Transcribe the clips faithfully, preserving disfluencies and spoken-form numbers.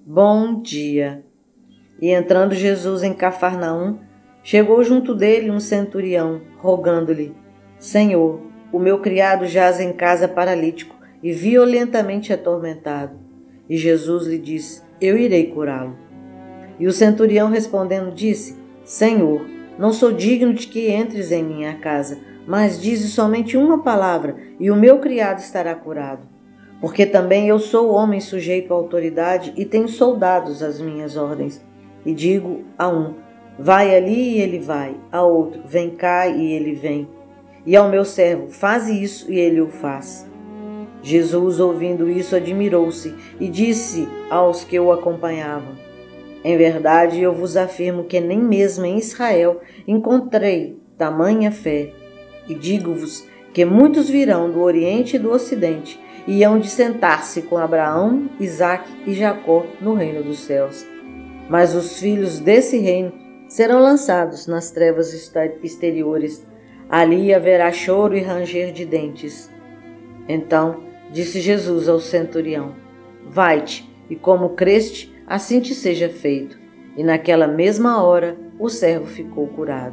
Bom dia. E entrando Jesus em Cafarnaum, chegou junto dele um centurião, rogando-lhe: Senhor, o meu criado jaz em casa paralítico e violentamente atormentado. E Jesus lhe disse: Eu irei curá-lo. E o centurião respondendo disse: Senhor, não sou digno de que entres em minha casa, mas dize somente uma palavra e o meu criado estará curado. Porque também eu sou homem sujeito à autoridade e tenho soldados às minhas ordens. E digo a um: vai ali e ele vai, a outro: vem cá e ele vem. E ao meu servo: faze isso e ele o faz. Jesus, ouvindo isso, admirou-se e disse aos que o acompanhavam: Em verdade, eu vos afirmo que nem mesmo em Israel encontrei tamanha fé. E digo-vos que muitos virão do Oriente e do Ocidente e hão de sentar-se com Abraão, Isaque e Jacó no reino dos céus. Mas os filhos desse reino serão lançados nas trevas exteriores. Ali haverá choro e ranger de dentes. Então disse Jesus ao centurião: Vai-te, e como creste, assim te seja feito. E naquela mesma hora o servo ficou curado.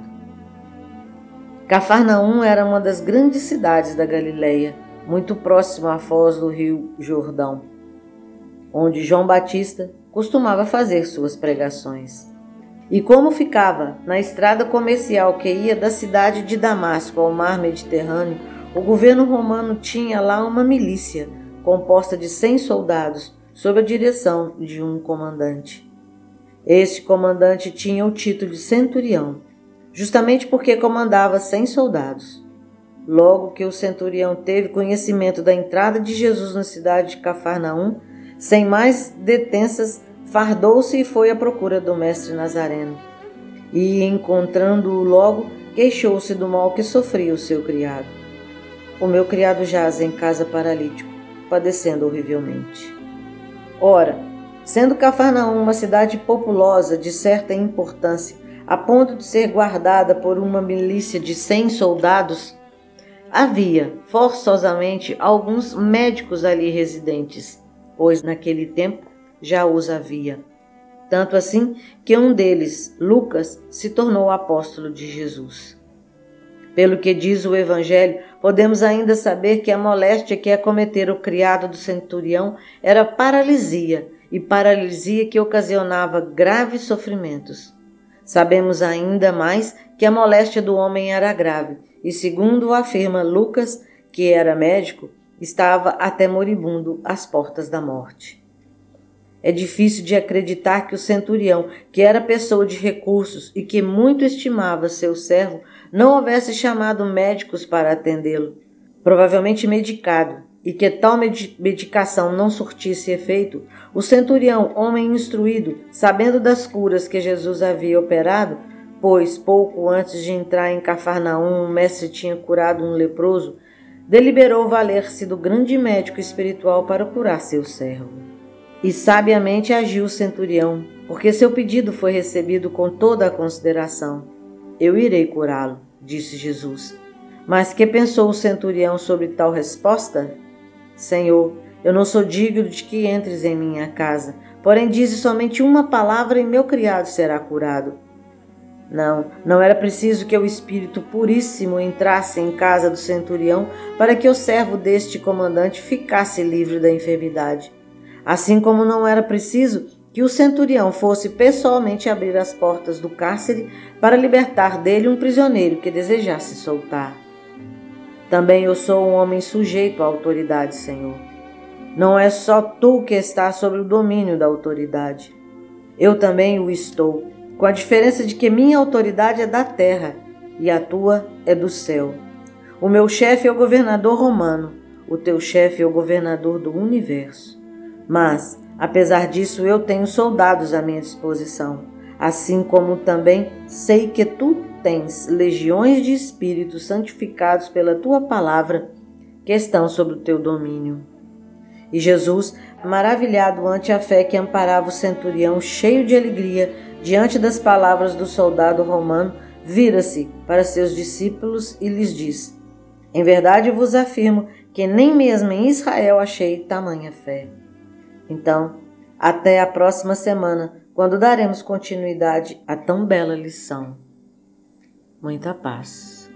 Cafarnaum era uma das grandes cidades da Galileia, muito próxima à foz do rio Jordão, onde João Batista costumava fazer suas pregações. E como ficava na estrada comercial que ia da cidade de Damasco ao mar Mediterrâneo, o governo romano tinha lá uma milícia composta de cem soldados, sob a direção de um comandante. Este comandante tinha o título de centurião, justamente porque comandava cem soldados. Logo que o centurião teve conhecimento da entrada de Jesus na cidade de Cafarnaum, sem mais detenças, fardou-se e foi à procura do mestre Nazareno. E, encontrando-o logo, queixou-se do mal que sofria o seu criado. O meu criado jaz em casa paralítico, padecendo horrivelmente. Ora, sendo Cafarnaum uma cidade populosa de certa importância, a ponto de ser guardada por uma milícia de cem soldados, havia forçosamente alguns médicos ali residentes, pois naquele tempo já os havia. Tanto assim que um deles, Lucas, se tornou apóstolo de Jesus. Pelo que diz o Evangelho, podemos ainda saber que a moléstia que acometera o criado do centurião era paralisia, e paralisia que ocasionava graves sofrimentos. Sabemos ainda mais que a moléstia do homem era grave, e segundo afirma Lucas, que era médico, estava até moribundo às portas da morte. É difícil de acreditar que o centurião, que era pessoa de recursos e que muito estimava seu servo, não houvesse chamado médicos para atendê-lo, provavelmente medicado, e que tal medicação não surtisse efeito, o centurião, homem instruído, sabendo das curas que Jesus havia operado, pois pouco antes de entrar em Cafarnaum o mestre tinha curado um leproso, deliberou valer-se do grande médico espiritual para curar seu servo. E sabiamente agiu o centurião, porque seu pedido foi recebido com toda a consideração. Eu irei curá-lo, disse Jesus. Mas que pensou o centurião sobre tal resposta? Senhor, eu não sou digno de que entres em minha casa, porém dize somente uma palavra e meu criado será curado. Não, não era preciso que o Espírito Puríssimo entrasse em casa do centurião para que o servo deste comandante ficasse livre da enfermidade. Assim como não era preciso que o centurião fosse pessoalmente abrir as portas do cárcere para libertar dele um prisioneiro que desejasse soltar. Também eu sou um homem sujeito à autoridade, Senhor. Não é só tu que estás sob o domínio da autoridade. Eu também o estou, com a diferença de que minha autoridade é da terra e a tua é do céu. O meu chefe é o governador romano, o teu chefe é o governador do universo. Mas, apesar disso, eu tenho soldados à minha disposição, assim como também sei que tu tens legiões de espíritos santificados pela tua palavra que estão sob o teu domínio. E Jesus, maravilhado ante a fé que amparava o centurião, cheio de alegria, diante das palavras do soldado romano, vira-se para seus discípulos e lhes diz: Em verdade vos afirmo que nem mesmo em Israel achei tamanha fé. Então, Até a próxima semana, quando daremos continuidade a tão bela lição. Muita paz.